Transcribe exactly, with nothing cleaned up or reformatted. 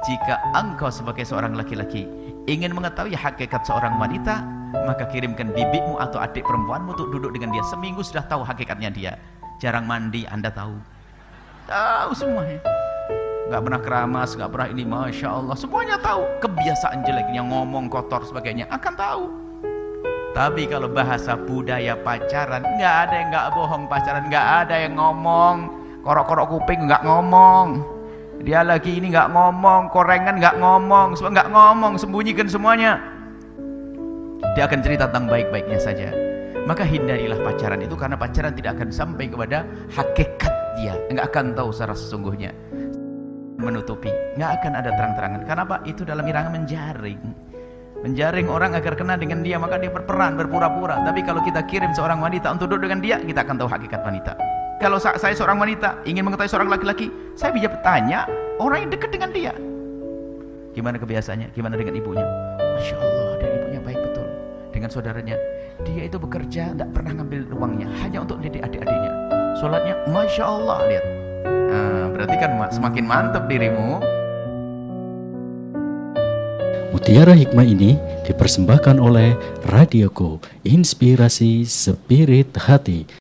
jika engkau sebagai seorang laki-laki ingin mengetahui hakikat seorang wanita, maka kirimkan bibimu atau adik perempuanmu untuk duduk dengan dia. Seminggu sudah tahu hakikatnya dia. Jarang mandi, Anda tahu. Tahu semuanya. Gak pernah keramas, gak pernah ini, Masya Allah. Semuanya tahu. Kebiasaan jeleknya, ngomong kotor sebagainya, akan tahu. Tapi kalau bahasa budaya pacaran, gak ada yang gak bohong pacaran. Gak ada yang ngomong korok-korok kuping, gak ngomong. Dia lagi ini gak ngomong, korengan gak ngomong, semua gak ngomong, sembunyikan semuanya. Dia akan cerita tentang baik-baiknya saja. Maka hindarilah pacaran itu, karena pacaran tidak akan sampai kepada hakikat dia, nggak akan tahu secara sesungguhnya, menutupi, nggak akan ada terang-terangan. Kenapa? Itu dalam irama menjaring, menjaring orang agar kena dengan dia, maka dia berperan, berpura-pura. Tapi kalau kita kirim seorang wanita untuk duduk dengan dia, kita akan tahu hakikat wanita. Kalau saya seorang wanita ingin mengetahui seorang laki-laki, saya bisa bertanya orang yang dekat dengan dia, gimana kebiasaannya, gimana dengan ibunya. Masya Allah, dan ibunya baik betul. Dengan saudaranya, dia itu bekerja tidak pernah ngambil uangnya, hanya untuk didik adik-adiknya. Sholatnya Masya Allah, lihat. Nah, berarti kan semakin mantap dirimu. Mutiara Hikmah ini dipersembahkan oleh Radioku, Inspirasi Spirit Hati.